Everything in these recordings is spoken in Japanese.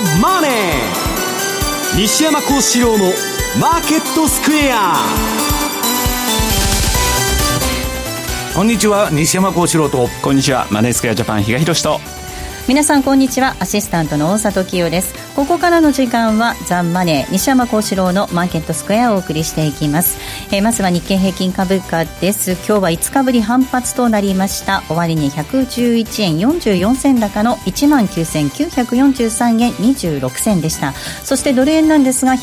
マネー」、西山幸四郎のマーケットスクエア。 こんにちは、西山幸四郎と。 こんにちは、マネースクエアジャパン比嘉宏と。 皆さんこんにちは、アシスタントの大里清です。ここからの時間はザンマネー、西山幸四郎のマーケットスクエアをお送りしていきます。まずは日経平均株価です。今日は5日ぶり反発となりました。終値111円44銭高の 19,943 円26銭でした。そしてドル円なんですが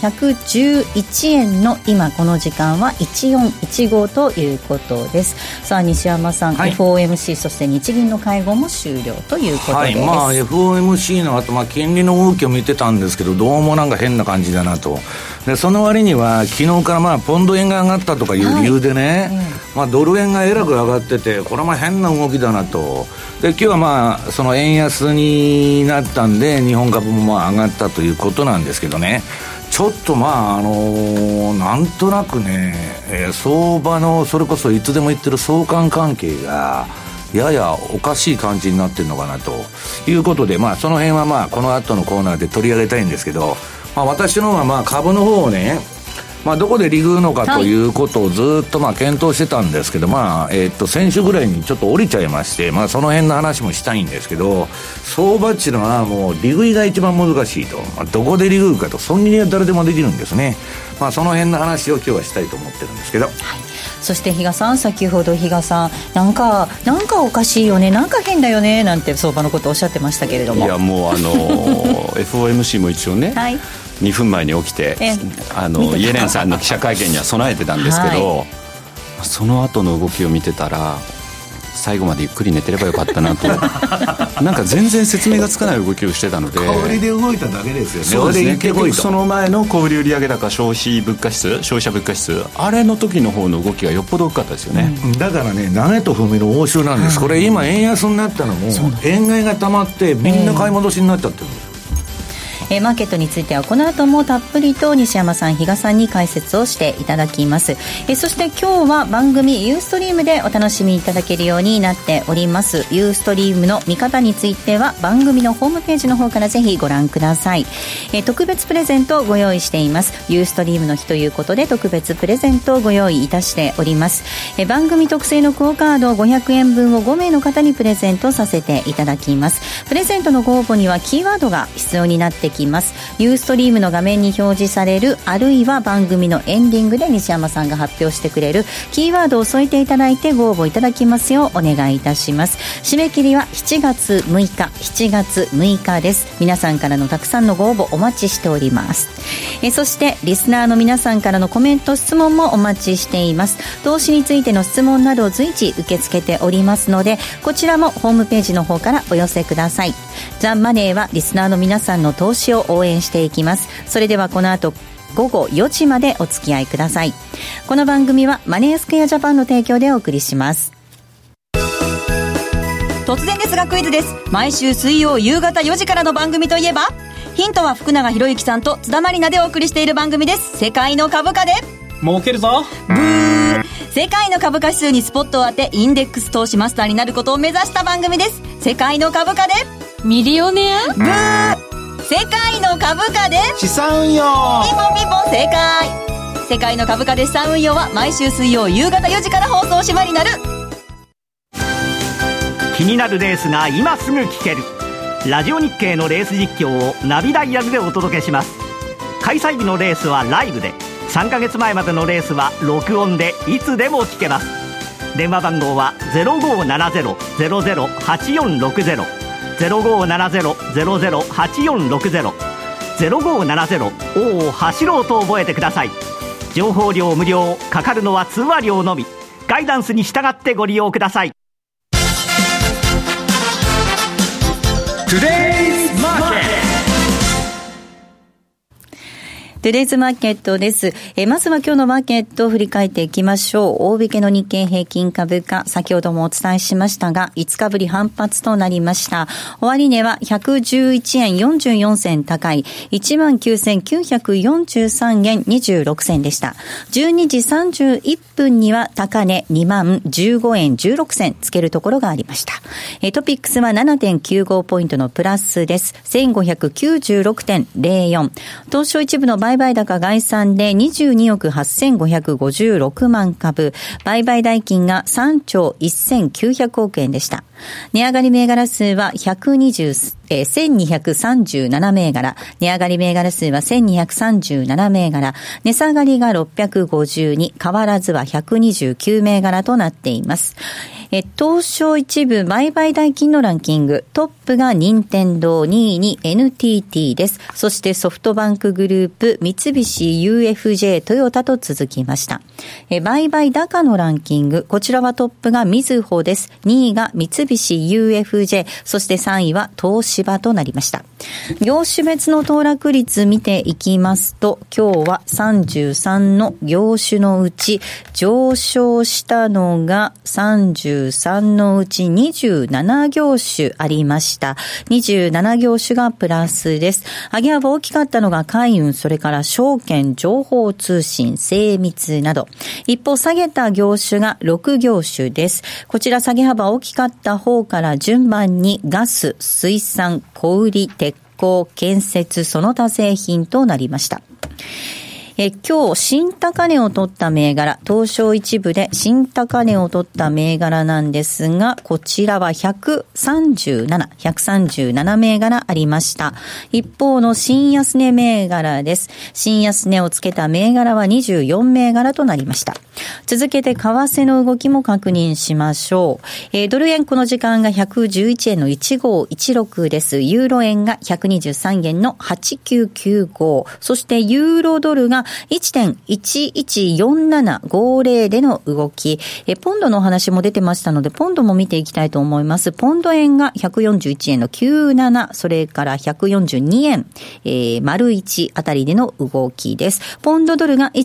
111円の今この時間は1415ということです。さあ西山さん、はい、FOMC そして日銀の会合も終了ということです。 はい、FOMC の後、金利の動きを見てたんですけど、どうもなんか変な感じだなと。でその割には昨日からポンド円が上がったとかいう理由でね、ドル円がえらく上がってて、これも変な動きだなと。で今日はその円安になったんで日本株も上がったということなんですけどね、ちょっとなんとなくね、相場のそれこそいつでも言ってる相関関係がややおかしい感じになってるのかなということで、その辺はこの後のコーナーで取り上げたいんですけど、私の方は株の方をね、どこで利食うのかということをずっと検討してたんですけど、先週ぐらいにちょっと降りちゃいまして、その辺の話もしたいんですけど、相場っていうのはもう利食いが一番難しいと、どこで利食うかと、損切りは誰でもできるんですね。その辺の話を今日はしたいと思ってるんですけど、はい。 そして比嘉さん、先ほど比嘉さんなんかおかしいよね、なんか変だよねなんて相場のことをおっしゃってましたけれども、 いやもうFOMC も一応ね、はい、2分前に起きてイエレンさんの記者会見には備えてたんですけど、はい、その後の動きを見てたら最後までゆっくり寝てればよかったなとなんか全然説明がつかない動きをしてたので、 小売りで動いただけですよね。 そうですね、結局その前の小売売上高消費者物価指数、あれの時の方の動きがよっぽど大きかったですよね、 だからね、投げと踏みの応酬なんです。これ今円安になったのも円買いが溜まってみんな買い戻しになっちゃってるんです。 マーケットについてはこの後もたっぷりと西山さん、比嘉さんに解説をしていただきます。そして今日は番組ユーストリームでお楽しみいただけるようになっております。ユーストリームの見方については番組のホームページの方からぜひご覧ください。特別プレゼントをご用意しています。ユーストリームの日ということで特別プレゼントをご用意いたしております。番組特製のクオカード500円分を5名の方にプレゼントさせていただきます。プレゼントのご応募にはキーワードが必要になってきます。ユーストリームの画面に表示される、あるいは番組のエンディングで西山さんが発表してくれるキーワードを添えていただいてご応募いただきますようお願いいたします。締め切りは7月6日です。皆さんからのたくさんのご応募お待ちしております。そしてリスナーの皆さんからのコメント質問もお待ちしています。投資についての質問などを随時受け付けておりますので、こちらもホームページの方からお寄せください。ザ・マネーはリスナーの皆さんの投資を応援していきます。それではこの後午後4時までお付き合いください。この番組はマネースクエアジャパンの提供でお送りします。突然ですがクイズです。毎週水曜夕方4時からの番組といえば、ヒントは福永博之さんと津田まりなでお送りしている番組です。世界の株価で儲けるぞブー。世界の株価指数にスポットを当てインデックス投資マスターになることを目指した番組です。世界の株価でミリオネアブー。世界の株価で資産運用ピンポンピンポン正解。世界の株価で資産運用は毎週水曜夕方4時から放送しまりなる。 気になるレースが今すぐ聞けるラジオ日経のレース実況をナビダイヤルでお届けします。開催日のレースはライブで、3ヶ月前までのレースは録音でいつでも聞けます。電話番号は 0570-008460 0570-008460 0570 を走ろうと覚えてください。情報料無料、かかるのは通話料のみ。ガイダンスに従ってご利用ください。 Today's Market。 トゥデイズマーケットです。まずは今日のマーケットを振り返っていきましょう。大引けの日経平均株価、先ほどもお伝えしましたが、5日ぶり反発となりました。終値は111円44銭高い 19,943 円26銭でした。12時31分には高値2万15円16銭つけるところがありました。トピックスは 7.95 ポイントのプラスです。1596.04。東証一部の売買高概算で22億8556万株。売買代金が3兆1900億円でした。値上がり銘柄数は1237銘柄。値上がり銘柄数は1237銘柄。値下がりが652。変わらずは129銘柄となっています。東証一部売買代金のランキング、トップが任天堂、2位に NTT です。そしてソフトバンクグループ、三菱 UFJ、トヨタと続きました。売買高のランキング、こちらはトップがみずほです。2位が三菱 UFJ、そして3位は東芝となりました。業種別の騰落率見ていきますと、今日は33の業種のうち上昇したのが33のうち27業種ありました。27業種がプラスです。上げ幅大きかったのが海運、それから証券、情報通信、精密など。一方下げた業種が6業種です。こちら下げ幅大きかった方から順番にガス、水産、小売、鉄鋼、建設、その他製品となりました。今日新高値を取った銘柄、東証一部で新高値を取った銘柄なんですが、こちらは137銘柄ありました。一方の新安値銘柄です。新安値をつけた銘柄は24銘柄となりました。続けて為替の動きも確認しましょう。ドル円この時間が111円の1516です。ユーロ円が123円の8995。そしてユーロドルが1.114750 での動き。ポンドのお話も出てましたので、ポンドも見ていきたいと思います。ポンド円が141円の97、それから142円、丸1あたりでの動きです。ポンドドルが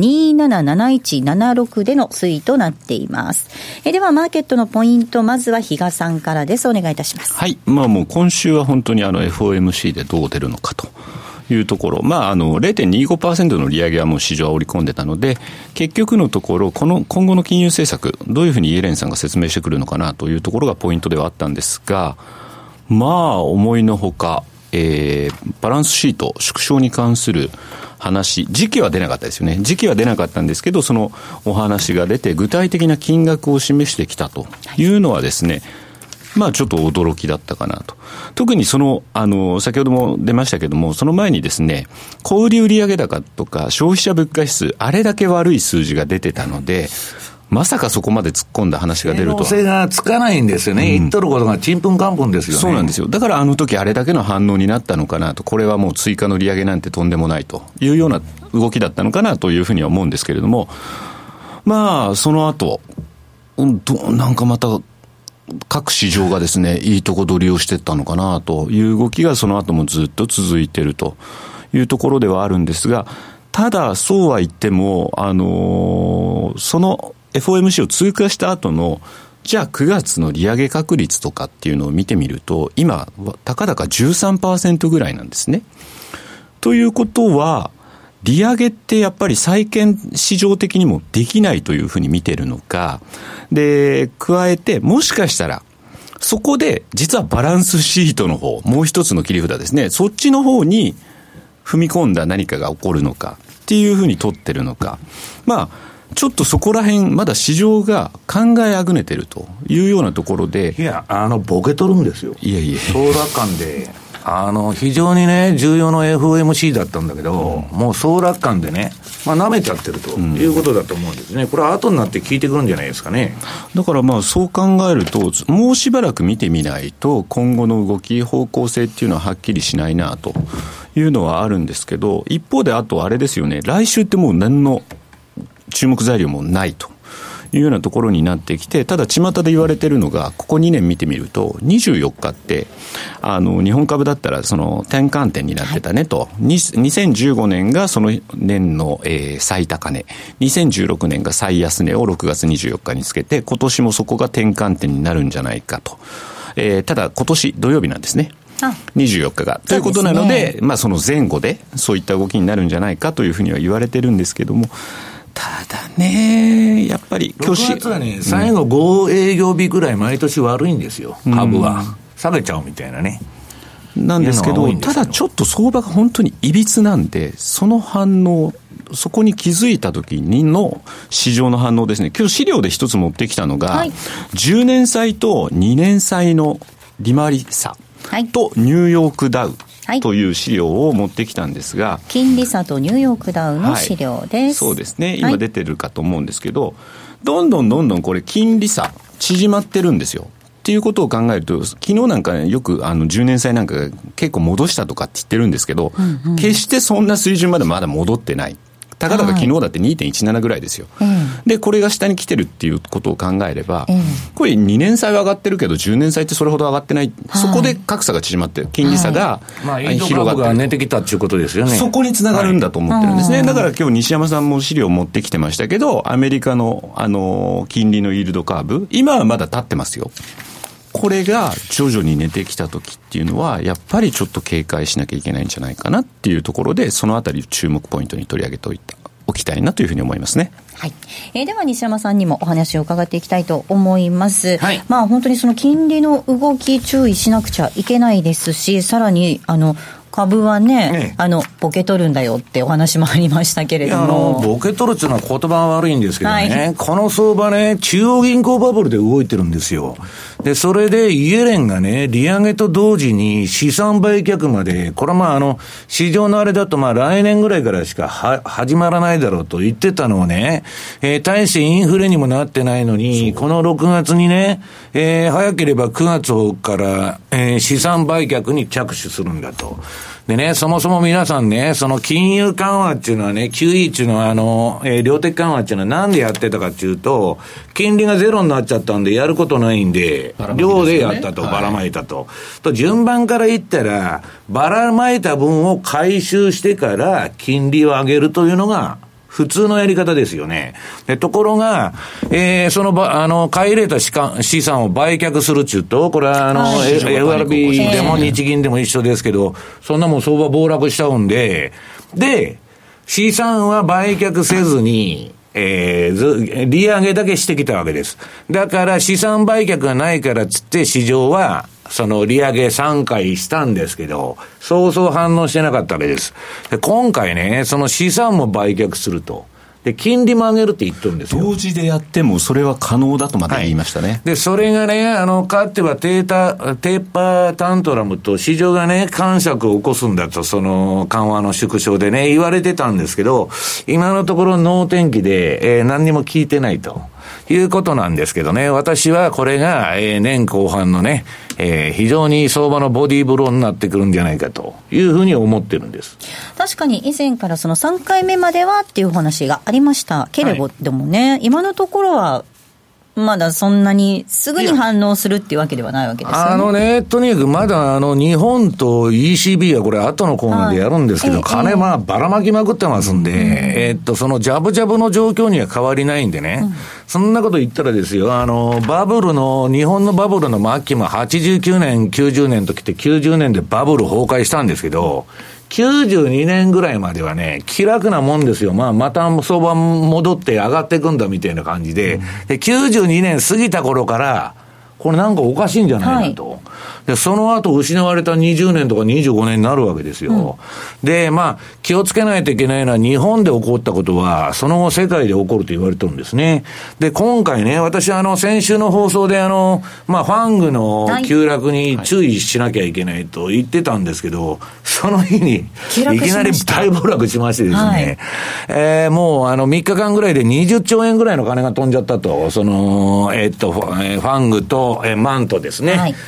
1.277176 での推移となっています。ではマーケットのポイント、まずは比嘉さんからです。お願いいたします。 はい。もう今週は本当にFOMC でどう出るのかというところ、0.25% の利上げはもう市場は織り込んでたので、結局のところ今後の金融政策どういうふうにイエレンさんが説明してくるのかなというところがポイントではあったんですが、思いのほか、バランスシート縮小に関する話、時期は出なかったですよね。時期は出なかったんですけど、そのお話が出て具体的な金額を示してきたというのはですね、ちょっと驚きだったかなと。特に先ほども出ましたけども、その前にですね、小売売上高とか消費者物価指数、あれだけ悪い数字が出てたので、まさかそこまで突っ込んだ話が出るとは。 可能性がつかないんですよね。言っとることがちんぷんかんぷんですよね。 そうなんですよ。だから時あれだけの反応になったのかなと。これはもう追加の利上げなんてとんでもないというような動きだったのかなというふうには思うんですけれども、その後、なんかまた、各市場がですね、いいとこ取りをしていったのかなという動きがその後もずっと続いているというところではあるんですが、ただそうは言っても、その FOMC を通過した後の、じゃあ9月の利上げ確率とかっていうのを見てみると、今、たかだか 13% ぐらいなんですね。ということは、利上げってやっぱり債券市場的にもできないというふうに見てるのか、で、加えてもしかしたらそこで実はバランスシートの方、もう一つの切り札ですね、そっちの方に踏み込んだ何かが起こるのかっていうふうに取ってるのか、ちょっとそこら辺まだ市場が考えあぐねてるというようなところで、 いやボケとるんですよ。 いや総楽観で非常にね重要な FOMC だったんだけど、もう総楽観でね、舐めちゃってるということだと思うんですね。これは後になって効いてくるんじゃないですかね。 だからそう考えると、もうしばらく見てみないと今後の動き方向性っていうのははっきりしないなというのはあるんですけど、一方であとあれですよね、来週ってもう何の注目材料もないというようなところになってきて、ただ巷で言われているのが、ここ2年見てみると、24日って、日本株だったらその転換点になってたねと、2015年がその年の、最高値、2016年が最安値を6月24日につけて、今年もそこが転換点になるんじゃないかと。ただ今年土曜日なんですね。24日がということなので、まあ、その前後でそういった動きになるんじゃないかというふうには言われてるんですけども、ただね、やっぱり 6月はね、最後5営業日ぐらい毎年悪いんですよ、株は。下げちゃうみたいなね。 なんですけど、ただちょっと相場が本当にいびつなんで、その反応、そこに気づいた時にの市場の反応ですね。今日資料で一つ持ってきたのが、はい、10年債と2年債の利回り差とニューヨークダウという資料を持ってきたんですが、 金利差とニューヨークダウの資料です、はい、 そうですね、今出てるかと思うんですけど、どんどんこれ金利差縮まってるんですよ。っていうことを考えると、昨日なんか、ね、よく10年債なんか結構戻したとかって言ってるんですけど、決してそんな水準までまだ戻ってない。たかだか昨日だって 2.17 ぐらいですよ、でこれが下に来てるっていうことを考えれば、これ2年債は上がってるけど10年債ってそれほど上がってない、そこで格差が縮まってる、金利差が広がってる、 が寝てきたっていうことですよね。 そこにつながるんだと思ってるんですね、だから今日西山さんも資料を持ってきてましたけど、アメリカの金利のイールドカーブ、今はまだ立ってますよ。これが徐々に寝てきた時っていうのは、やっぱりちょっと警戒しなきゃいけないんじゃないかなっていうところで、そのあたり注目ポイントに取り上げておきたいなというふうに思いますね。 はい。では西山さんにもお話を伺っていきたいと思います。はい。まあ本当にその金利の動き注意しなくちゃいけないですし、さらに株はね、ボケ取るんだよってお話もありましたけれども、 ボケ取るっていうのは言葉は悪いんですけどね、はい、この相場ね、中央銀行バブルで動いてるんですよ。でそれでイエレンがね、利上げと同時に資産売却まで、これは市場のあれだと来年ぐらいからしか始まらないだろうと言ってたのをね、大してインフレにもなってないのに、この6月にね、早ければ9月から、資産売却に着手するんだと。でね、そもそも皆さんね、その金融緩和っていうのはね、QE っていうのは量的緩和っていうのはなんでやってたかっていうと、金利がゼロになっちゃったんでやることないんで、量でやったと、ばらまいたと。と、順番から言ったら、ばらまいた分を回収してから金利を上げるというのが、普通のやり方ですよね。で、ところが、買い入れた資産を売却するっていうと、これはFRB でも日銀でも一緒ですけど、そんなもん相場暴落しちゃうんで、資産は売却せずに、利上げだけしてきたわけです。だから資産売却がないからつって市場は、その利上げ3回したんですけど、そうそう反応してなかったわけです。で、今回ね、その資産も売却すると。で、金利も上げるって言ってるんですよ。 同時でやってもそれは可能だとまで言いましたね。はい、 で、それがね、かつてはテーパータントラムと市場がね、感触を起こすんだと、その緩和の縮小でね、言われてたんですけど、今のところ能天気で、何にも聞いてないということなんですけどね、私はこれが、年後半のね、非常に相場のボディーブローになってくるんじゃないかというふうに思ってるんです。 確かに以前からその3回目まではっていう話がありましたけれどもね、はい、今のところはまだそんなにすぐに反応するっていうわけではないわけですよね。 とにかくまだ日本と ECB はこれ後のコーナーでやるんですけど、金ばらまきまくってますんで、そのジャブジャブの状況には変わりないんでね、そんなこと言ったらですよ、日本のバブルの末期も89年、90年ときて90年でバブル崩壊したんですけど、92年ぐらいまではね、気楽なもんですよ。また相場戻って上がっていくんだみたいな感じで、92年過ぎた頃から、これなんかおかしいんじゃないかと。はい、で、その後失われた20年とか25年になるわけですよ。で、気をつけないといけないのは、日本で起こったことは、その後世界で起こると言われてるんですね。で、今回ね、私先週の放送でファングの急落に注意しなきゃいけないと言ってたんですけど、その日に、いきなり大暴落しましてですね、もう3日間ぐらいで20兆円ぐらいの金が飛んじゃったと、ファングと、 の、マントですね。はい、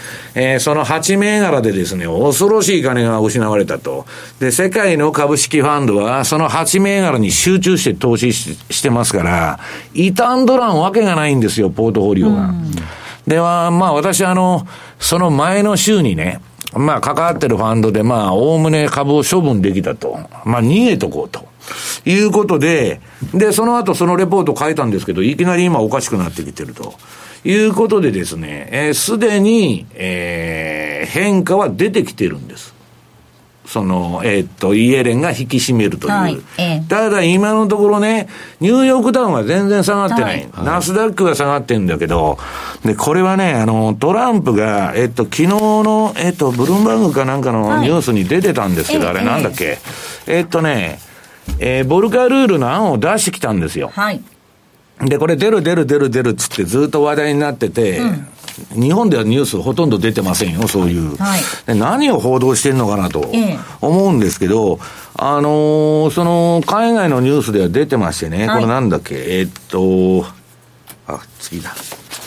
その8銘柄でですね、恐ろしい金が失われたと。で、世界の株式ファンドは、その8銘柄に集中して投資してますから、傷んどらんわけがないんですよ、ポートフォリオが。では、まあ私その前の週にね、まあ関わってるファンドでおおむね株を処分できたと。まあ逃げとこうと。いうことで、その後そのレポートを書いたんですけど、いきなり今おかしくなってきてると。いうことでですね、すでに、変化は出てきてるんです。その、イエレンが引き締めるという。はい、ただ今のところね、ニューヨークダウンは全然下がってない。はい、ナスダックが下がってるんだけど、で、これはね、トランプが、昨日の、ブルームバーグかなんかのニュースに出てたんですけど、あれなんだっけ。ボルカルールの案を出してきたんですよ。はい。で、これ出るっつってずっと話題になってて、日本ではニュースほとんど出てませんよ、そういう。はい、で何を報道してんのかなと思うんですけど、その海外のニュースでは出てましてね、はい、これなんだっけ、次だ。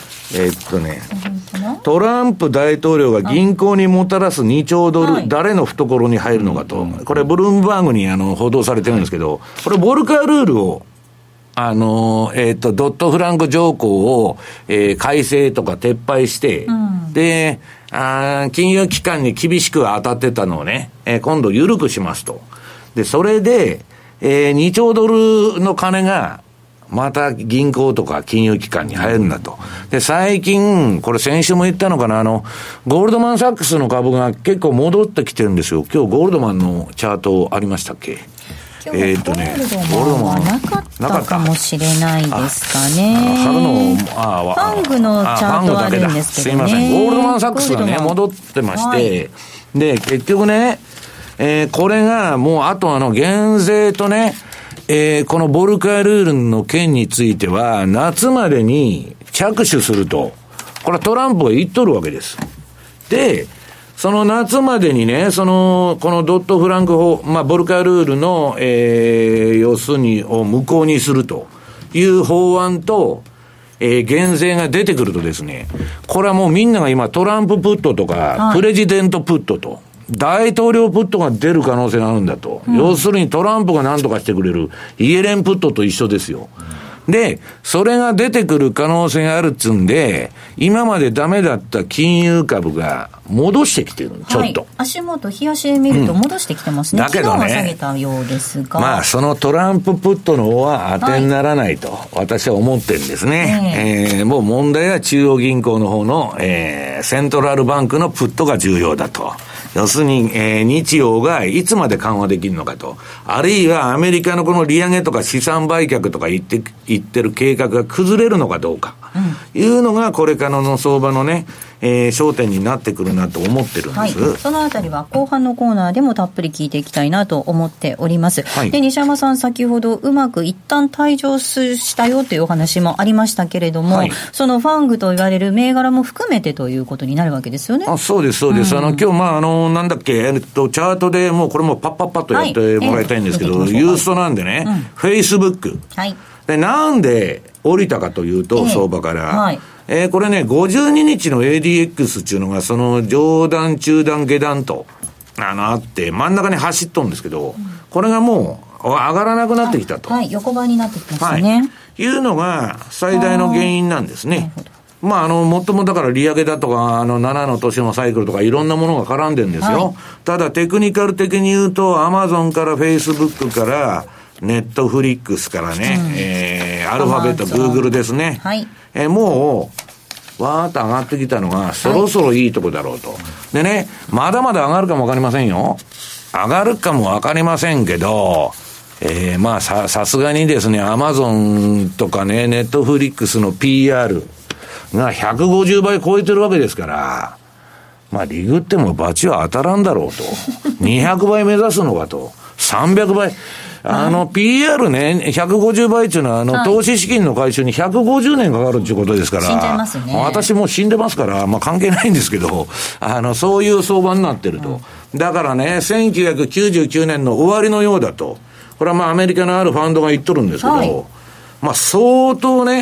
トランプ大統領が銀行にもたらす2兆ドル、誰の懐に入るのかと。これブルームバーグに報道されてるんですけど、これボルカールールを、ドットフランク条項を、改正とか撤廃して、で、金融機関に厳しく当たってたのをね、今度緩くしますと。で、それで、2兆ドルの金が、また銀行とか金融機関に入るんだと。で、最近、これ先週も言ったのかな、ゴールドマンサックスの株が結構戻ってきてるんですよ。今日ゴールドマンのチャートありましたっけ？ ゴールドマンはなかったかもしれないですかね。 春の、 ファングのチャートあるんですけどね。 すいません。ゴールドマンサックスがね、戻ってまして、で、結局ね、これがもうあと減税とね、このボルカールールの件については、夏までに着手すると。これはトランプが言っとるわけです。で、その夏までにね、このドットフランク法、ボルカールールの、要するに、を無効にするという法案と、減税が出てくるとですね、これはもうみんなが今トランププットとか、プレジデントプットと、大統領プットが出る可能性があるんだと。要するにトランプが何とかしてくれるイエレンプットと一緒ですよ。で、それが出てくる可能性があるっつんで、今までダメだった金融株が戻してきてる、ちょっと。はい、 足元、日足で見ると戻してきてますね。 だけどね、 昨日は下げたようですが。 そのトランププットの方は当てにならないと、私は思ってるんですね。もう問題は中央銀行の方の、セントラルバンクのプットが重要だと。要するに、日曜がいつまで緩和できるのかと。あるいはアメリカのこの利上げとか資産売却とか言ってる計画が崩れるのかどうか。いうのがこれからの相場のね、焦点になってくるなと思ってるんです。 はい、そのあたりは後半のコーナーでもたっぷり聞いていきたいなと思っております。はい、で、西山さん先ほどうまく一旦退場したよというお話もありましたけれども、はい、そのファングと言われる銘柄も含めてということになるわけですよね。 そうです、そうです。今日なんだっけ、チャートでもうこれもパッパッパッとやってもらいたいんですけど、ユーストなんでね、フェイスブック。はい。で、なんで降りたかというと、相場から。はい。これね、52日の ADX っていうのが、その上段、中段、下段と、あって、真ん中に走っとるんですけど、これがもう上がらなくなってきたと。 はい、横ばいになってきましたね。 はい。いうのが最大の原因なんですね。もっともだから利上げだとか、7の年のサイクルとかいろんなものが絡んでるんですよ。はい、ただテクニカル的に言うと、アマゾンからフェイスブックから、ネットフリックスからね、アルファベット、グーグルですね。はい。もう、わーっと上がってきたのが、そろそろいいとこだろうと。でね、まだまだ上がるかもわかりませんよ。上がるかもわかりませんけど、さすがにですね、アマゾンとかね、ネットフリックスの PR が150倍超えてるわけですから、リグってもバチは当たらんだろうと。200倍目指すのかと。300倍。PR ね、150倍っていうのは、投資資金の回収に150年かかるっていうことですから、 死んじゃいますね。 私もう死んでますから、関係ないんですけど、そういう相場になってると。だからね、1999年の終わりのようだと。これはアメリカのあるファンドが言っとるんですけど、はい、相当ね、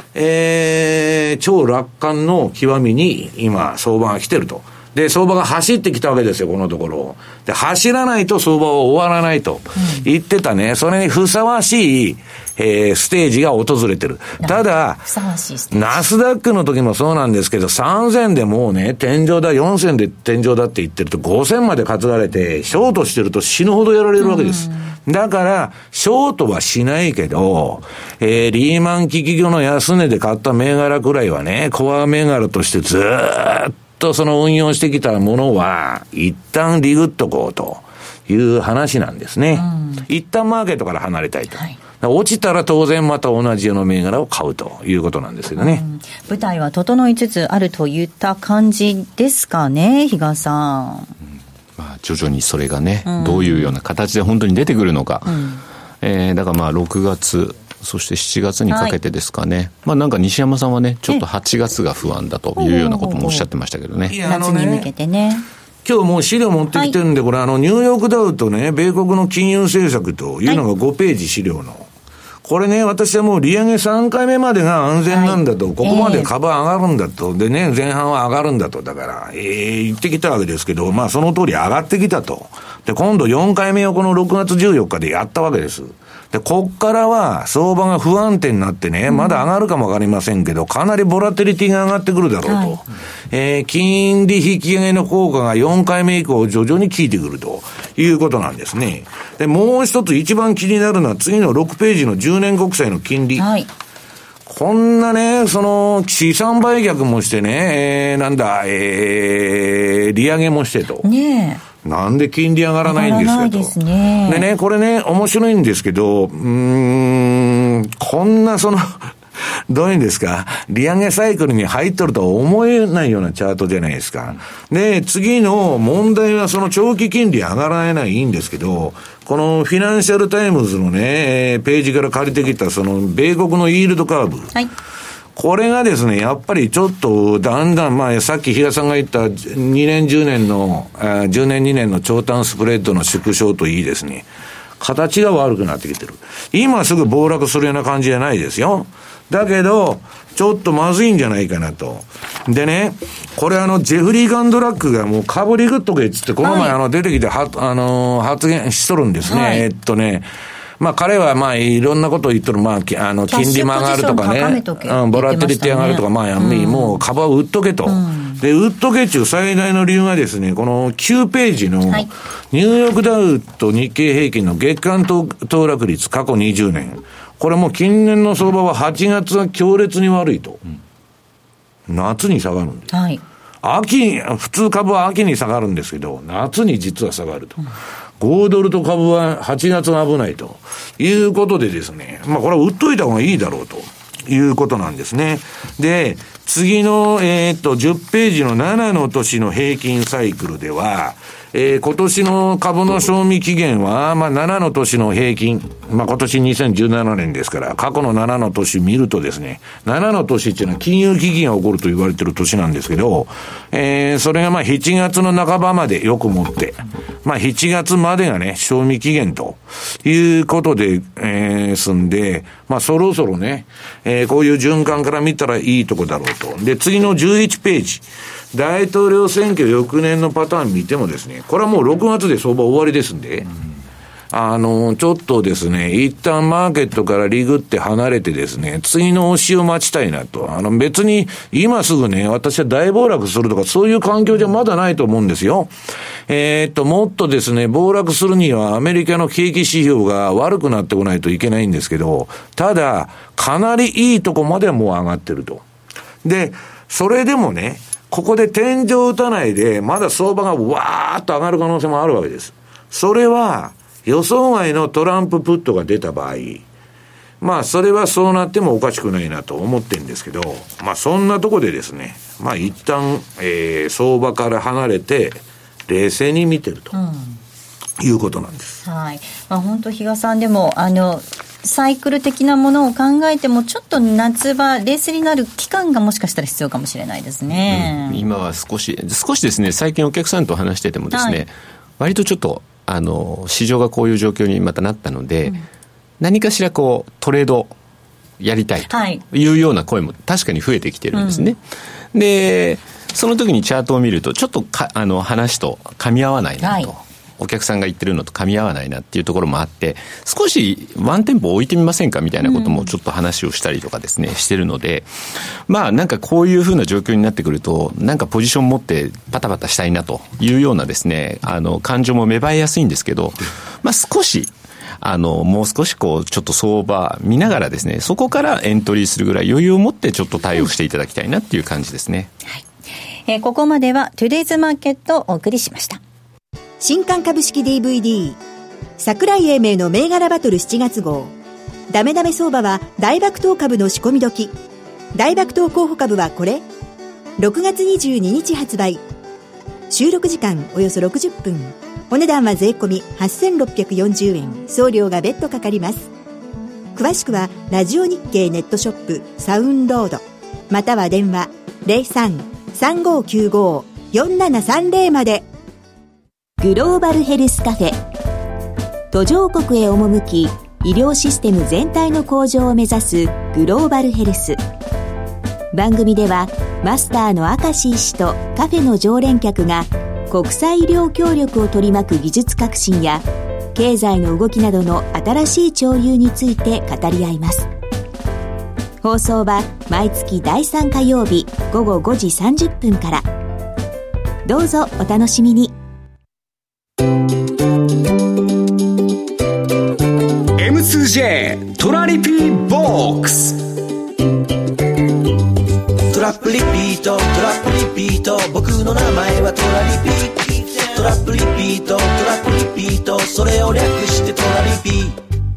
超楽観の極みに今相場が来てると。で、相場が走ってきたわけですよ、このところ。で、走らないと相場は終わらないと言ってたね。それにふさわしい、ステージが訪れてる。ただ、ナスダックの時もそうなんですけど、3000でもうね、天井だ、4000で天井だって言ってると、5000まで担がれて、ショートしてると死ぬほどやられるわけです。だから、ショートはしないけど、リーマン危機後の安値で買った銘柄くらいはね、コア銘柄としてずーっとその運用してきたものは、一旦リグっとこうという話なんですね。一旦マーケットから離れたいと。落ちたら当然また同じような銘柄を買うということなんですけどね。 舞台は整いつつあるといった感じですかね、比嘉さん。 まあ、徐々にそれがね、どういうような形で本当に出てくるのか。だからまあ6月そして7月にかけてですかね、まあなんか西山さんはねちょっと8月が不安だというようなこともおっしゃってましたけどね。 夏に向けてね。 今日もう資料持ってきてるんで、これニューヨークダウとね、米国の金融政策というのが5ページ資料の。これね、私はもう利上げ3回目までが安全なんだと、ここまで株上がるんだと、でね、前半は上がるんだと、だから、言ってきたわけですけど、まあその通り上がってきたと。で、今度4回目をこの6月14日でやったわけです。で、こっからは相場が不安定になってね、まだ上がるかもわかりませんけど、かなりボラテリティが上がってくるだろうと。金利引き上げの効果が4回目以降徐々に効いてくるということなんですね。で、もう一つ一番気になるのは次の6ページの10年国債の金利。こんなね、資産売却もしてね、利上げもしてと。 ねえ。 なんで金利上がらないんですかと。 ですね。 でね、これね、面白いんですけど、こんなどういうんですか、利上げサイクルに入っとるとは思えないようなチャートじゃないですか。で、次の問題は長期金利上がらないいいんですけど、このフィナンシャルタイムズのね、ページから借りてきた米国のイールドカーブ。はい。これがですね、やっぱりちょっとだんだん、まあさっき比嘉さんが言った2年10年の、10年2年の長短スプレッドの縮小といいですね、形が悪くなってきてる。今すぐ暴落するような感じじゃないですよ。だけど、ちょっとまずいんじゃないかなと。でね、これジェフリー・ガンドラックがもう株リグっとけっつって、この前出てきて発言しとるんですね。まあ彼はまあいろんなことを言っとる、まあ金利も上がるとかね、ボラテリティ上がるとか、まあもう株を売っとけと。で、売っとけ中最大の理由がですね、この9ページのニューヨークダウと日経平均の月間騰落率過去20年。これもう近年の相場は8月は強烈に悪いと。夏に下がるんです。はい。普通株は秋に下がるんですけど、夏に実は下がると。5ドルと株は8月が危ないということでですね、まあこれは売っといた方がいいだろうということなんですね。で、次の、10ページの7の年の平均サイクルでは、今年の株の賞味期限は、まあ7の年の平均、まあ今年2017年ですから、過去の7の年見るとですね、7の年っていうのは金融危機が起こると言われている年なんですけど、それがまあ7月の半ばまでよく持って、まあ7月までがね、賞味期限ということで、済んで、まあそろそろね、こういう循環から見たらいいとこだろうと。で、次の11ページ。大統領選挙翌年のパターン見てもですね、これはもう6月で相場終わりですんで、ちょっとですね、一旦マーケットからリグって離れてですね、次の押しを待ちたいなと。別に今すぐね、私は大暴落するとかそういう環境じゃまだないと思うんですよ。もっとですね、暴落するにはアメリカの景気指標が悪くなってこないといけないんですけど、ただ、かなりいいとこまではもう上がってると。で、それでもね、ここで天井を打たないで、まだ相場がわーっと上がる可能性もあるわけです。それは、予想外のトランププットが出た場合、まあ、それはそうなってもおかしくないなと思ってるんですけど、まあ、そんなとこでですね、まあ、一旦、相場から離れて、冷静に見てると、いうことなんです。 はい。まあ、本当、比嘉さんでも、サイクル的なものを考えてもちょっと夏場冷静になる期間がもしかしたら必要かもしれないですね。 今は少しですね、最近お客さんと話しててもですね、割とちょっと市場がこういう状況にまたなったので、何かしらこうトレードやりたいというような声も確かに増えてきてるんですね、でその時にチャートを見るとちょっと話と噛み合わないなと、お客さんが言ってるのと噛み合わないなっていうところもあって、少しワンテンポ置いてみませんかみたいなこともちょっと話をしたりとかですね、してるので、まあなんかこういうふうな状況になってくると、なんかポジション持ってパタパタしたいなというようなですね、感情も芽生えやすいんですけど、まあ少しもう少しこうちょっと相場見ながらですね、そこからエントリーするぐらい余裕を持ってちょっと対応していただきたいなっていう感じですね。 ここまではトゥデイズマーケットをお送りしました。 新刊株式 DVD 桜井英明の銘柄バトル7月号、ダメダメ相場は大爆投株の仕込み時、大爆投候補株はこれ、6月22日発売。収録時間およそ60分、お値段は税込み8640円、送料が別途かかります。詳しくはラジオ日経ネットショップサウンロードまたは電話 03-3595-4730 まで。グローバルヘルスカフェ、途上国へ赴き医療システム全体の向上を目指すグローバルヘルス。番組ではマスターの明石医師とカフェの常連客が国際医療協力を取り巻く技術革新や経済の動きなどの新しい潮流について語り合います。放送は毎月第3火曜日午後5時30分から。どうぞお楽しみに。 M2J トラリピーボックス。 トラップリピート、トラップリピート、僕の名前はトラリピ。トラップリピート、トラップリピート、それを略してトラリピ。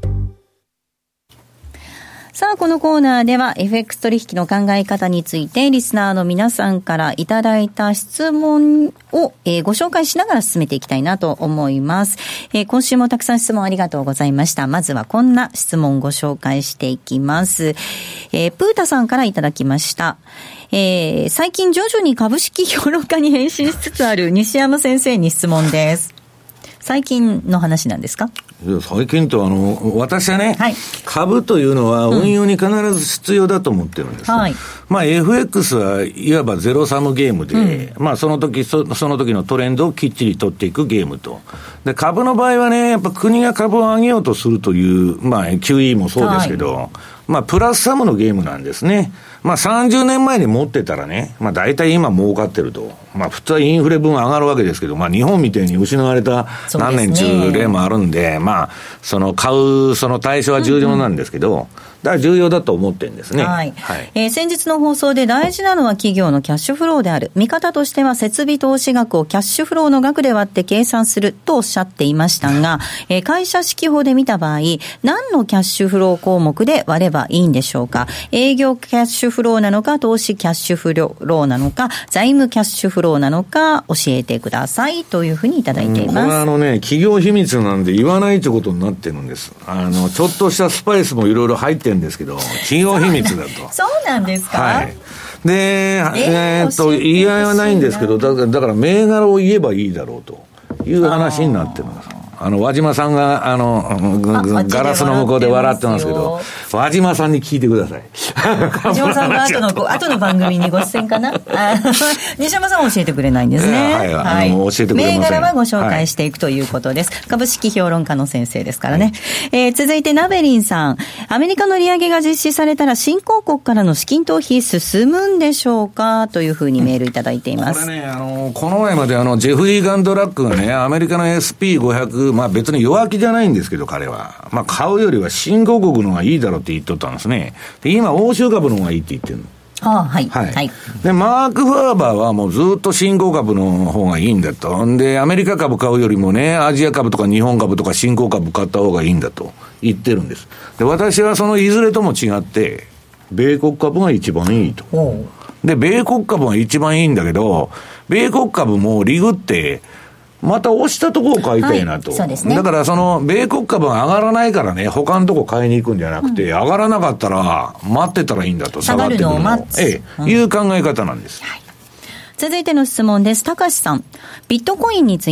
さあ、このコーナーでは FX 取引の考え方についてリスナーの皆さんからいただいた質問を、ご紹介しながら進めていきたいなと思います。今週もたくさん質問ありがとうございました。まずはこんな質問をご紹介していきます。プータさんからいただきました。最近徐々に株式評論家に変身しつつある西山先生に質問です。最近の話なんですか？ 最近と私はね、株というのは運用に必ず必要だと思ってるんです、まあ FX はいわばゼロサムゲームで、まあその時のトレンドをきっちり取っていくゲームと。で、株の場合はね、やっぱ国が株を上げようとするという、まあ QE もそうですけど、まあプラスサムのゲームなんですね。まあ30年前に持ってたらね、まあ大体今儲かってると。まあ普通はインフレ分上がるわけですけど、まあ日本みたいに失われた何年中例もあるんで、まあ買うその対象は重要なんですけど、だから重要だと思ってるんですね。 先日の放送で大事なのは企業のキャッシュフローである。見方としては設備投資額をキャッシュフローの額で割って計算するとおっしゃっていましたが、会社指揮法で見た場合、何のキャッシュフロー項目で割ればいいんでしょうか？営業キャッシュフローなのか、投資キャッシュフローなのか、財務キャッシュフローなのか教えてくださいというふうにいただいています。 これは企業秘密なんで言わないということになってるんです。ちょっとしたスパイスもいろいろ入ってるんですけど、企業秘密だと。 そうなんですか？ で、言い合いはないんですけど、だから銘柄を言えばいいだろうという話になってるんです。和島さんが、ガラスの向こうで笑ってますけど、和島さんに聞いてください。 和島さんが後の番組にご出演かな西山さんは教えてくれないんですね。 教えてくれません。 銘柄はご紹介していくということです。株式評論家の先生ですからね。続いて、ナベリンさん。アメリカの利上げが実施されたら、新興国からの資金投資進むんでしょうかというふうにメールいただいています。 これね、この前までジェフリー・ガンドラックがね、アメリカの SP500、まあ別に弱気じゃないんですけど、彼は。まあ買うよりは新興国の方がいいだろうって言っとったんですね。で、今、欧州株の方がいいって言ってるの。で、マーク・ファーバーはもうずっと新興株の方がいいんだと。で、アメリカ株買うよりもね、アジア株とか日本株とか新興株買った方がいいんだと言ってるんです。で、私はそのいずれとも違って、米国株が一番いいと。で、米国株が一番いいんだけど、米国株もリグって、また押したとこを買いたいなと。 そうですね。 だから米国株が上がらないからね、他のとこ買いに行くんじゃなくて、上がらなかったら待ってたらいいんだと。 下がるのを待つ。 いう考え方なんです。 続いての質問です。高橋さん。ビットコインについて、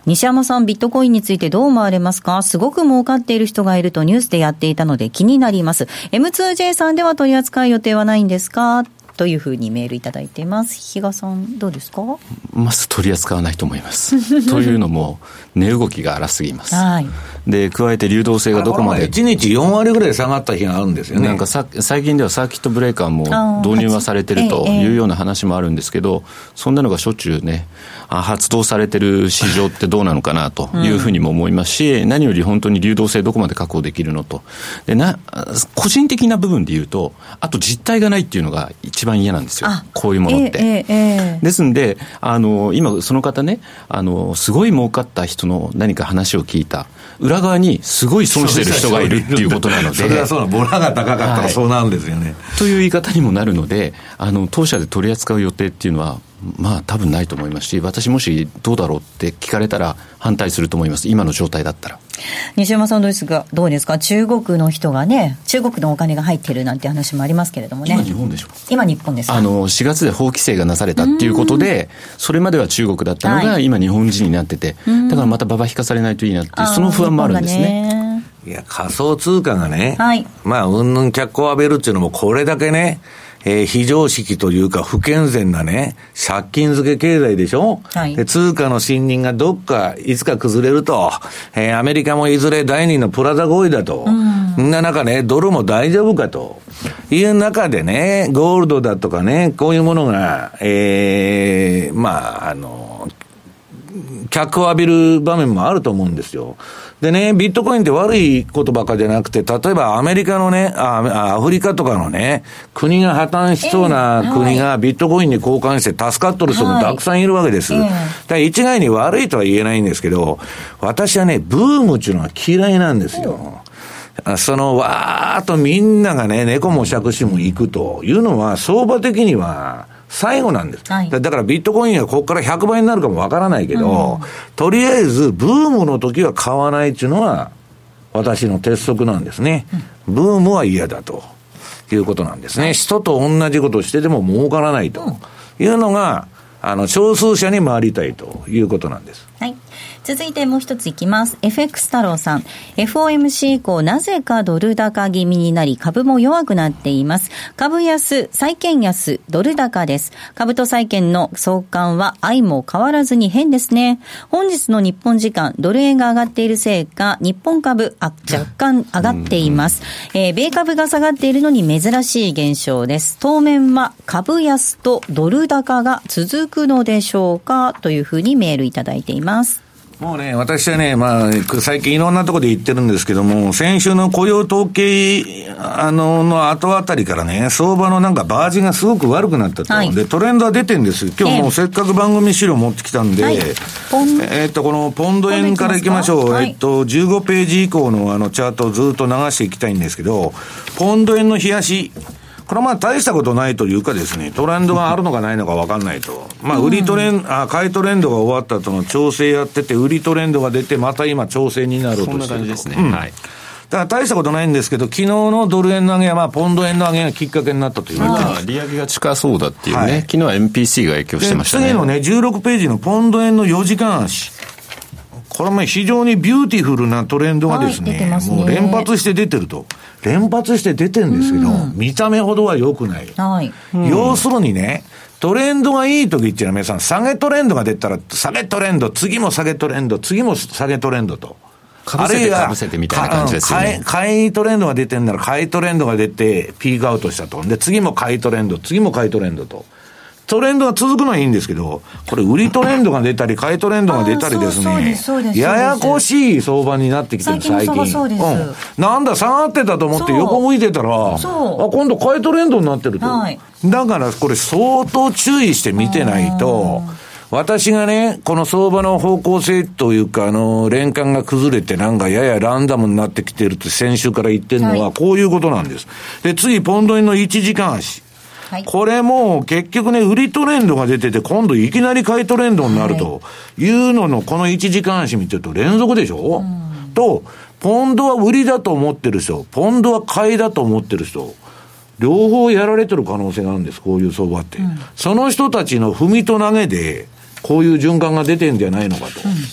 西山さん、ビットコインについてどう思われますか？すごく儲かっている人がいるとニュースでやっていたので気になります。 M2J さんでは取り扱う予定はないんですか？というふうにメールいただいています。比嘉さんどうですか？ まず取り扱わないと思いますというのも値動きが荒すぎます、はい、で加えて流動性がどこまで 1日4割ぐらい下がった日があるんですよね。 なんか最近ではサーキットブレーカーも導入はされてるというような話もあるんですけど、そんなのがしょっちゅうね発動されてる市場ってどうなのかなというふうにも思いますし、何より本当に流動性どこまで確保できるのとで個人的な部分で言うと、あと実態がないっていうのが一番嫌なんですよ、こういうものって、ですんで今その方ねすごい儲かった人の何か話を聞いた裏側にすごい損してる人がいるっていうことなので、 それはそうな、ボラが高かったらそうなんですよね、 という言い方にもなるので当社で取り扱う予定っていうのはまあ多分ないと思いますし、私もしどうだろうって聞かれたら反対すると思います、今の状態だったら。 西山さんどうですか？中国の人がね、中国のお金が入ってるなんて話もありますけれどもね。 今日本でしょ？ 今日本ですか ？4月で法規制がなされたっていうことで、それまでは中国だったのが今日本人になってて、だからまたババ引かされないといいなっていうその不安もあるんですね。 いや仮想通貨がね、 はい、 まあうんぬん脚光を浴びるっていうのもこれだけね、非常識というか不健全なね、借金付け経済でしょ、はい、で通貨の信任がどっかいつか崩れると、アメリカもいずれ第二のプラザ合意だと、そんな中ね、ドルも大丈夫かという中でね、ゴールドだとかね、こういうものが、まあ脚光を浴びる場面もあると思うんですよ。でね、ビットコインって悪いことばっかじゃなくて、例えばアメリカのね、アフリカとかのね、国が破綻しそうな国がビットコインに交換して助かっとる人もたくさんいるわけです。だから一概に悪いとは言えないんですけど、私はね、ブームっていうのは嫌いなんですよ。わーっとみんながね、猫も杓子も行くというのは、相場的には、最後なんです、はい、だからビットコインがここから100倍になるかもわからないけど、とりあえずブームの時は買わないっていうのは私の鉄則なんですね、ブームは嫌だということなんですね。人と同じことをしてても儲からないというのが少数者に回りたいということなんです。 はい、続いてもう一ついきます。 FX 太郎さん、 FOMC 以降なぜかドル高気味になり株も弱くなっています。株安、債券安、ドル高です。株と債券の相関は相も変わらずに変ですね。本日の日本時間ドル円が上がっているせいか日本株若干上がっています。米株が下がっているのに珍しい現象です。当面は株安とドル高が続くのでしょうか、というふうにメールいただいています。 もうね、私はね、まあ、最近いろんなところで言ってるんですけども、先週の雇用統計、の後あたりからね、相場のなんかバージがすごく悪くなったと。はい、で、トレンドは出てるんです。今日もうせっかく番組資料持ってきたんで、はい、このポンド円からいきましょう。はい、15ページ以降のチャートをずっと流していきたいんですけど、ポンド円の冷やし、これはまあ大したことないというかですね、トレンドがあるのかないのか分かんないと。まあ売りトレンド、買いトレンドが終わった後の調整やってて、売りトレンドが出て、また今調整になるとしてると。 そんな感じですね。はい。 だから大したことないんですけど、昨日のドル円の上げはまあポンド円の上げがきっかけになったという。 利上げが近そうだっていうね。はい、昨日は MPC が影響してましたね。 次のね、16ページのポンド円の4時間足。これは非常にビューティフルなトレンドがですね、はい、もう連発して出てると。連発して出てるんですけど、見た目ほどは良くない。はい、要するにね、トレンドがいい時っていうのは皆さん、下げトレンドが出たら、下げトレンド、次も下げトレンド、次も下げトレンドと。 かぶせてみたいな感じですよね。 買いトレンドが出てるなら、買いトレンドが出て、ピークアウトしたと。で、次も買いトレンド、次も買いトレンドと。トレンドが続くのはいいんですけど、これ売りトレンドが出たり買いトレンドが出たりですね、ややこしい相場になってきてる最近。なんだ下がってたと思って横向いてたら、今度買いトレンドになってると。はい、だからこれ相当注意して見てないと、私がね、この相場の方向性というか、連関が崩れてなんかややランダムになってきてるって先週から言ってるのはこういうことなんです。で、次ポンド円の1時間足。はい、これも結局ね、売りトレンドが出てて、今度いきなり買いトレンドになるというのの、この1時間足見てると連続でしょ、と、ポンドは売りだと思ってる人、ポンドは買いだと思ってる人、両方やられてる可能性があるんです、こういう相場って。その人たちの踏みと投げで、こういう循環が出てんじゃないのかと。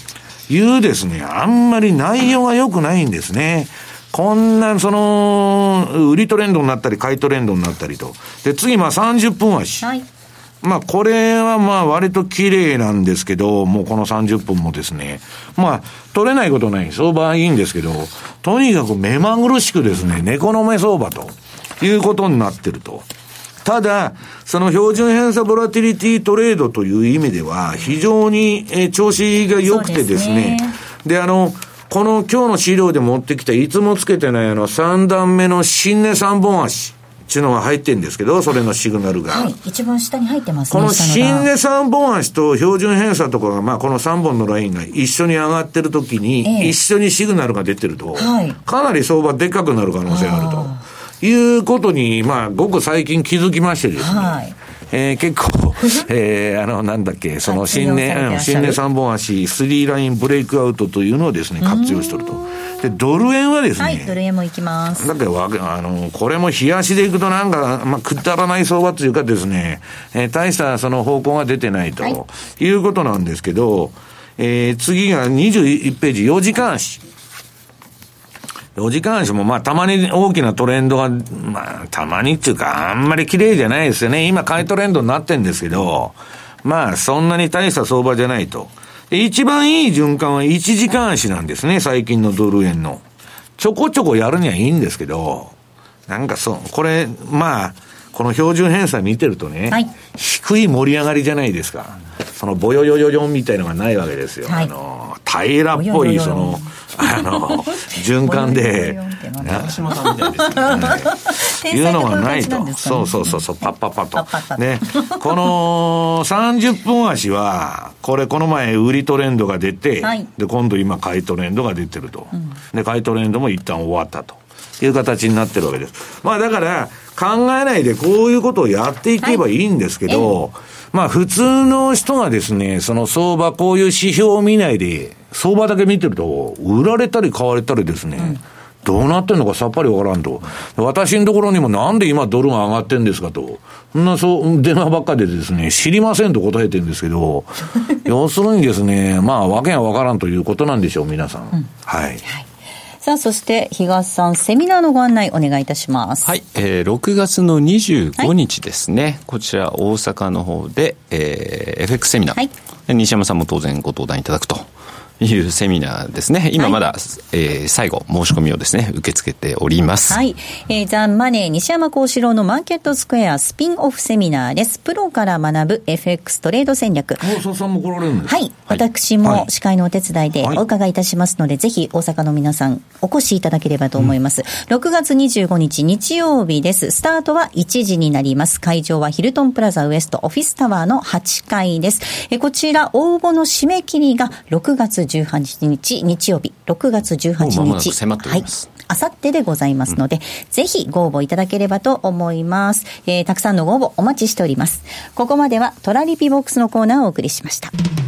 いうですね、あんまり内容が良くないんですね。こんな、売りトレンドになったり、買いトレンドになったりと。で、次、30分足。はい。これは割と綺麗なんですけど、もうこの30分もですね、取れないことない相場はいいんですけど、とにかく目まぐるしくですね、猫の目相場ということになってると。ただ、その標準偏差ボラティリティトレードという意味では、非常に調子が良くてですね、で、この今日の資料で持ってきた、いつもつけてない3段目の新値3本足。っていうのが入ってるんですけど、それのシグナルが。 はい、一番下に入ってますね。 この新値3本足と標準偏差とかが、この3本のラインが一緒に上がってるときに、一緒にシグナルが出てると、かなり相場でっかくなる可能性があるということに、ごく最近気づきましてですね。結構、なんだっけ、その新値3本足、3ラインブレイクアウトというのをですね、活用してると。で、ドル円はですね。 はい、ドル円もいきます。 だけど、これも冷やしでいくとくだらない相場というかですね、大したその方向が出てないということなんですけど、次が21ページ、4時間足。4時間足もたまに大きなトレンドが、たまにっていうか、あんまり綺麗じゃないですよね。今、買いトレンドになってんですけど、そんなに大した相場じゃないと。一番いい循環は1時間足なんですね、最近のドル円の。ちょこちょこやるにはいいんですけど、これ、この標準偏差見てるとね、低い盛り上がりじゃないですか。そのボヨヨヨヨンみたいのがないわけですよ。平らっぽい、循環で、長島さんみたいですね。いうのがないと。そう、パッパッパッと。ね。この30分足は、この前売りトレンドが出て、で、今度今買いトレンドが出てると。で、買いトレンドも一旦終わったという形になってるわけです。だから、考えないでこういうことをやっていけばいいんですけど、普通の人がですね、その相場、こういう指標を見ないで、相場だけ見てると、売られたり買われたりですね、どうなってんのかさっぱりわからんと。私のところにもなんで今ドルが上がってんですかと。電話ばっかりでですね、知りませんと答えてるんですけど、要するにですね、わけがわからんということなんでしょう、皆さん。はい。 さあ、そして東さん、セミナーのご案内お願いいたします。 はい、6月の25日ですね、こちら大阪の方で、FX セミナー、西山さんも当然ご登壇いただくというセミナーですね。今まだ、最後申し込みをですね受け付けております。 はい、ザ・マネー西山幸四郎のマーケットスクエアスピンオフセミナーです。プロから学ぶ FX トレード戦略。 大阪さんも来られるんですか？ はい、私も司会のお手伝いでお伺いいたしますので、ぜひ大阪の皆さんお越しいただければと思います。6月25日日曜日です。スタートは1時になります。会場はヒルトンプラザウエストオフィスタワーの8階です。こちら応募の締め切りが6月18日日曜日、6月18日、 もう迫っております。 あさってでございますので、ぜひご応募いただければと思います。たくさんのご応募お待ちしております。ここまではトラリピボックスのコーナーをお送りしました。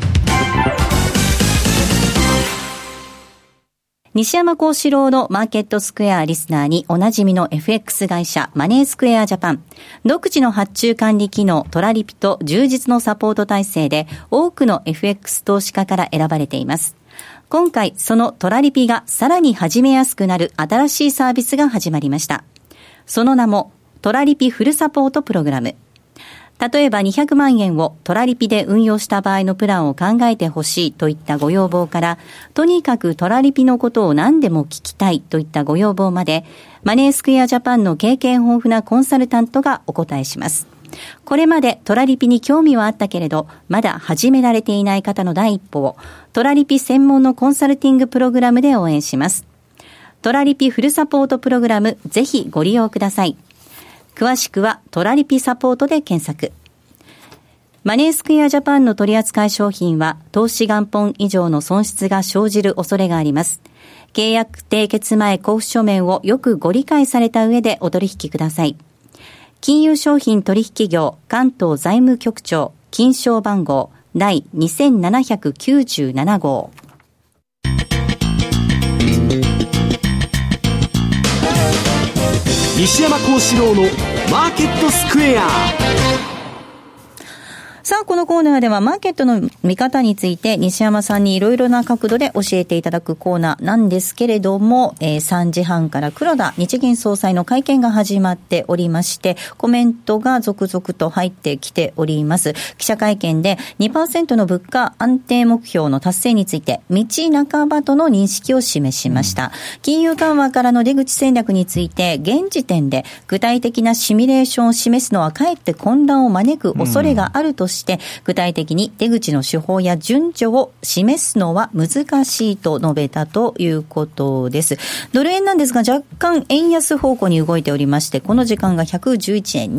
西山幸四郎のマーケットスクエアリスナーにおなじみの FX 会社マネースクエアジャパン。独自の発注管理機能トラリピと充実のサポート体制で多くの FX 投資家から選ばれています。今回そのトラリピがさらに始めやすくなる新しいサービスが始まりました。その名もトラリピフルサポートプログラム。例えば200万円をトラリピで運用した場合のプランを考えてほしいといったご要望から、とにかくトラリピのことを何でも聞きたいといったご要望まで、マネースクエアジャパンの経験豊富なコンサルタントがお答えします。これまでトラリピに興味はあったけれど、まだ始められていない方の第一歩を、トラリピ専門のコンサルティングプログラムで応援します。トラリピフルサポートプログラム、ぜひご利用ください。詳しくはトラリピサポートで検索。マネースクエアジャパンの取扱い商品は投資元本以上の損失が生じる恐れがあります。契約締結前交付書面をよくご理解された上でお取引ください。金融商品取引業関東財務局長金商番号第2797号。 西山幸四郎のマーケットスクエア。 さあ、このコーナーではマーケットの見方について西山さんにいろいろな角度で教えていただくコーナーなんですけれども、3時半から黒田日銀総裁の会見が始まっておりまして、コメントが続々と入ってきております。記者会見で 2% の物価安定目標の達成について道半ばとの認識を示しました。金融緩和からの出口戦略について現時点で具体的なシミュレーションを示すのはかえって混乱を招く恐れがあるとして、具体的に出口の手法や順序を示すのは難しいと述べたということです。ドル円なんですが若干円安方向に動いておりまして、この時間が111円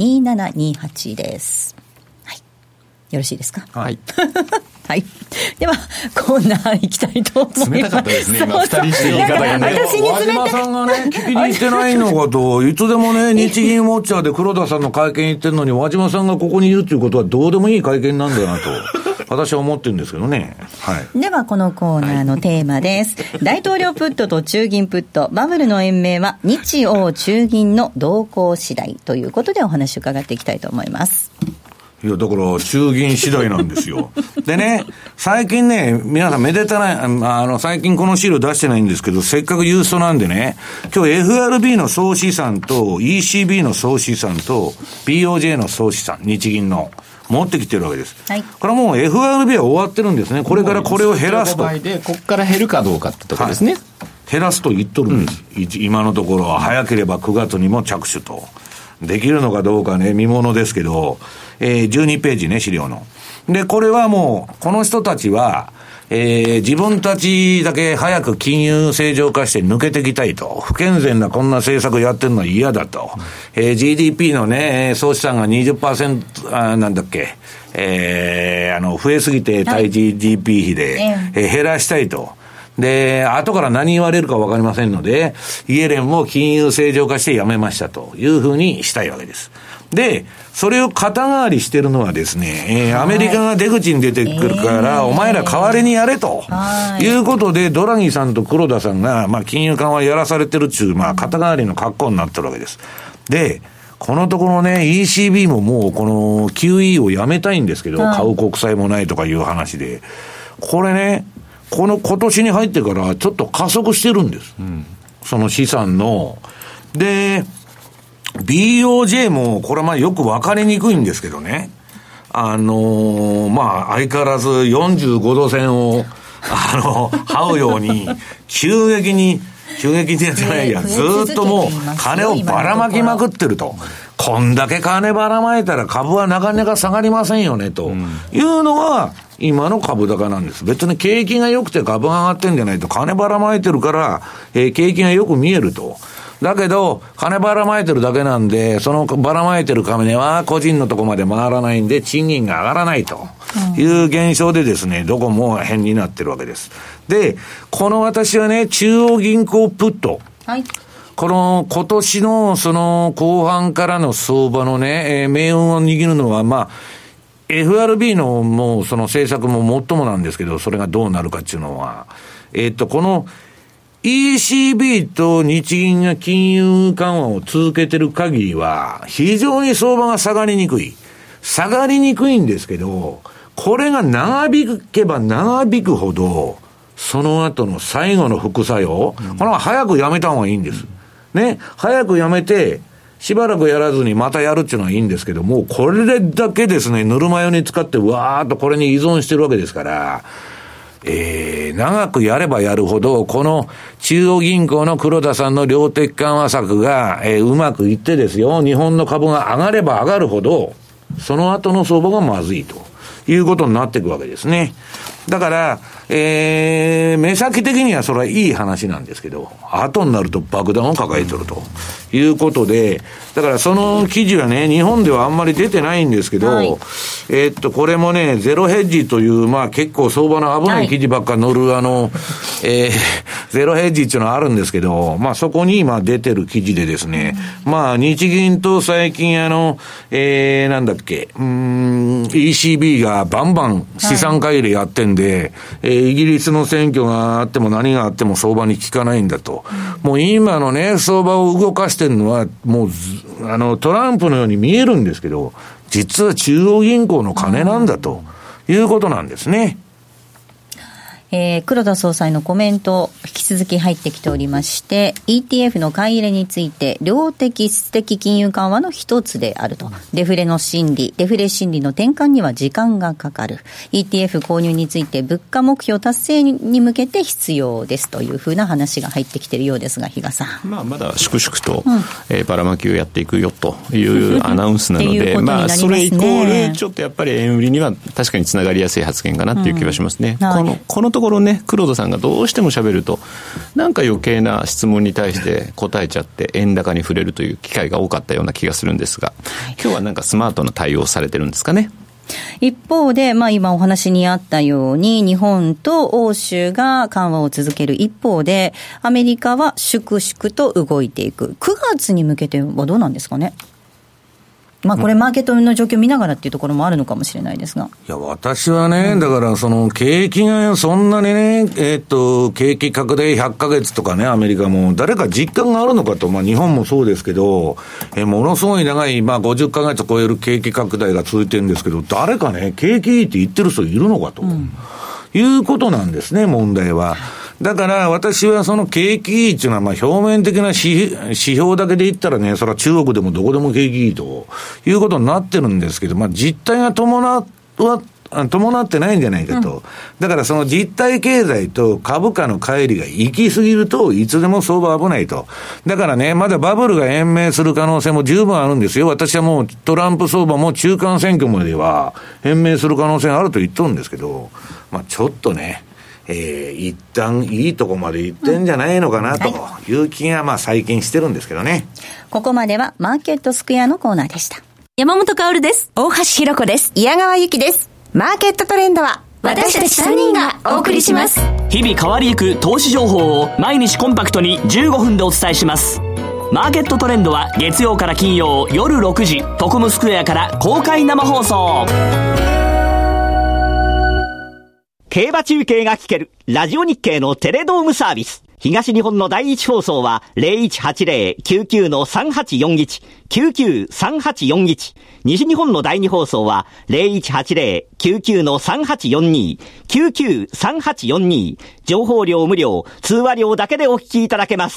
2728です。はい、よろしいですか。 はいはい。では、コーナー行きたいと思います。 冷たかったですね、今、二人して言い方がね。 和島さんがね、聞きに行ってないのかと、いつでもね、日銀ウォッチャーで黒田さんの会見行ってるのに、和島さんがここにいるっていうことはどうでもいい会見なんだよなと、私は思ってるんですけどね。はい。 では、このコーナーのテーマです。大統領プットと中銀プット、バブルの延命は日欧中銀の動向次第ということでお話を伺っていきたいと思います。 いや、だから、中銀次第なんですよ。でね、最近ね、皆さんめでたない、最近この資料出してないんですけど、せっかくユーストなんでね、今日 FRB の総資産と ECB の総資産と BOJ の総資産、日銀の、持ってきてるわけです。はい。これはもう FRB は終わってるんですね。これからこれを減らすと。 で、ここから減るかどうかってところですね。はい、 減らすと言っとるんです。今のところは早ければ9月にも着手と。できるのかどうかね、見ものですけど、12ページね、資料の。で、これはもう、この人たちは、自分たちだけ早く金融正常化して抜けてきたいと。不健全なこんな政策やってるのは嫌だと。GDP のね、総資産が 20%、なんだっけ、増えすぎて対 GDP 比で、減らしたいと。で、後から何言われるか分かりませんので、イエレンも金融正常化してやめましたというふうにしたいわけです。で、それを肩代わりしてるのはですね、アメリカが出口に出てくるから、お前ら代わりにやれと、いうことで、ドラギさんと黒田さんが、金融緩和やらされてるっていう、肩代わりの格好になってるわけです。で、このところね、ECB ももうこの QE をやめたいんですけど、買う国債もないとかいう話で、これね、この今年に入ってからちょっと加速してるんです。その資産の。で、BOJ もこれはよく分かりにくいんですけどね。相変わらず45度線を、這うように、急激にじゃないや、ずーっともう金をばらまきまくってると。こんだけ金ばらまいたら株はなかなか下がりませんよね、というのが今の株高なんです。別に景気が良くて株が上がってんじゃないと、金ばらまいてるから、景気がよく見えると。だけど、金ばらまいてるだけなんで、そのばらまいてる金は個人のとこまで回らないんで、賃金が上がらないという現象でですね、どこも変になってるわけです。で、この私はね、中央銀行プット。はい。この今年のその後半からの相場のね、命運を握るのは、FRB のもうその政策も最もなんですけど、それがどうなるかっていうのは、この ECB と日銀が金融緩和を続けてる限りは、非常に相場が下がりにくい。下がりにくいんですけど、これが長引けば長引くほど、その後の最後の副作用、これは早くやめた方がいいんです。ね、早くやめて、しばらくやらずにまたやるっていうのはいいんですけども、これだけですね、ぬるま湯に使ってわーっとこれに依存してるわけですから、長くやればやるほど、この中央銀行の黒田さんの量的緩和策が、うまくいってですよ、日本の株が上がれば上がるほど、その後の相場がまずいということになっていくわけですね。だから、目先的にはそれはいい話なんですけど、後になると爆弾を抱えとるということで、だからその記事はね、日本ではあんまり出てないんですけど、はい、これもね、ゼロヘッジという、結構相場の危ない記事ばっか載る、ゼロヘッジっていうのはあるんですけど、そこに今出てる記事でですね、日銀と最近なんだっけ、ECB がバンバン資産買い入れやってんで、イギリスの選挙があっても何があっても相場に効かないんだと。もう今のね、相場を動かしてるのは、もう、トランプのように見えるんですけど、 実は中央銀行の金なんだということなんですね。 黒田総裁のコメント引き続き入ってきておりまして、 ETF の買い入れについて量的質的金融緩和の一つであると。デフレ心理の転換には時間がかかる。 ETF 購入について物価目標達成に向けて必要ですというふうな話が入ってきているようですが、比嘉さん、 まだ粛々と、ばらまきをやっていくよというアナウンスなのでそれイコールちょっとやっぱり円売りには確かにつながりやすい発言かなっていう気はしますね。このところね、黒田さんがどうしても喋るとなんか余計な質問に対して答えちゃって円高に触れるという機会が多かったような気がするんですが、今日はなんかスマートな対応されてるんですかね。 一方で、今お話にあったように日本と欧州が緩和を続ける一方で、アメリカは粛々と動いていく。9月に向けてはどうなんですかね。これマーケットの状況を見ながらっていうところもあるのかもしれないですが。 いや、私はね、だからその景気がそんなにね、景気拡大100ヶ月とかね、アメリカも誰か実感があるのかと、日本もそうですけど、ものすごい長い、50ヶ月を超える景気拡大が続いてるんですけど、誰かね、景気いいって言ってる人いるのかと、いうことなんですね、問題は。だから私はその景気いいっていうのは表面的な指標だけで言ったらね、それは中国でもどこでも景気いいということになってるんですけど、実態が伴ってないんじゃないかと、だからその実体経済と株価の乖離が行き過ぎるといつでも相場危ないと。だからね、まだバブルが延命する可能性も十分あるんですよ。私はもうトランプ相場も中間選挙までは延命する可能性があると言っとるんですけど、ちょっとね、一旦いいとこまで行ってんじゃないのかなという気が最近してるんですけどね。 ここまではマーケットスクエアのコーナーでした。 山本香織です。大橋ひろ子です。矢川由紀です。マーケットトレンドは私たち3人がお送りします。 日々変わりゆく投資情報を毎日コンパクトに15分でお伝えします。マーケットトレンドは月曜から金曜夜6時トコムスクエアから公開生放送。 競馬中継が聞けるラジオ日経のテレドームサービス。東日本の第一放送は 0180-99-3841 99-3841。西日本の第二放送は 0180-99-3842 99-3842。情報量無料、通話料だけでお聞きいただけます。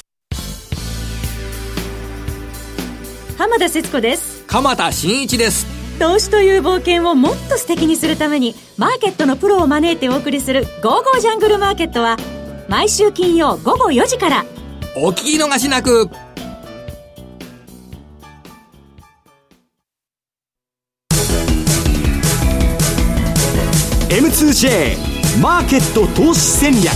浜田節子です。 鎌田新一です。 投資という冒険をもっと素敵にするためにマーケットのプロを招いてお送りするゴーゴージャングルマーケットは毎週金曜午後4時から。 お聞き逃しなく。M2J マーケット投資戦略。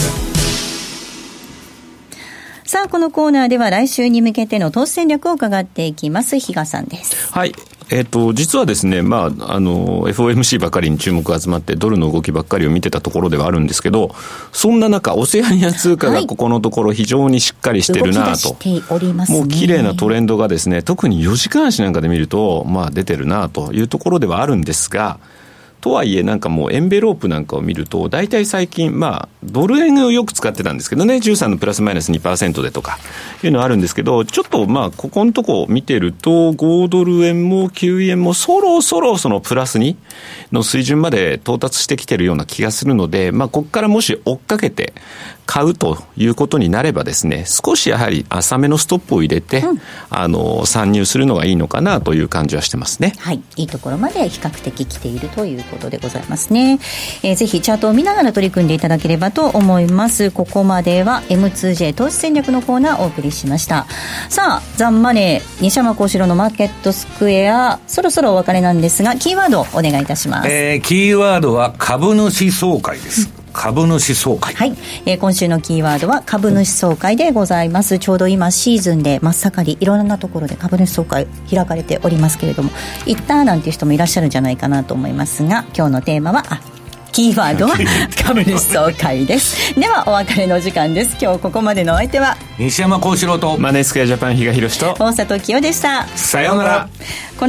さあ、このコーナーでは来週に向けての投資戦略を伺っていきます。比嘉さんです。 はい。実はですね、FOMC ばかりに注目が集まってドルの動きばっかりを見てたところではあるんですけど、そんな中オセアニア通貨がここのところ非常にしっかりしてるなと、 動き出しておりますね。 もう綺麗なトレンドがですね、特に4時間足なんかで見ると出てるなというところではあるんですが、とはいえもうエンベロープなんかを見ると大体最近ドル円をよく使ってたんですけどね、13のプラスマイナス 2% でとかいうのはあるんですけど、ちょっとここのとこ見てると5ドル円も9円もそろそろそのプラス2の水準まで到達してきてるような気がするので、ここからもし追っかけて買うということになればですね、少しやはり浅めのストップを入れて、参入するのがいいのかなという感じはしてますね。 はい、いいところまで比較的来ているということでございますね。ぜひチャートを見ながら取り組んでいただければと思います。ここまでは M2J 投資戦略のコーナーをお送りしました。さあ、ザンマネー西山幸四郎のマーケットスクエア、そろそろお別れなんですが、キーワードをお願いいたします。 キーワードは株主総会です。株主総会。 はい、今週のキーワードは株主総会でございます。ちょうど今シーズンで真っ盛り、いろんなところで株主総会開かれておりますけれども、行ったなんていう人もいらっしゃるんじゃないかなと思いますが、今日のテーマはキーワードは株主総会です。ではお別れの時間です。今日ここまでのお相手は西山幸四郎とマネースクエアジャパン比嘉宏と大里清でした。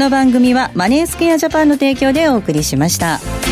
さようなら。 この番組はマネースクエアジャパンの提供でお送りしました。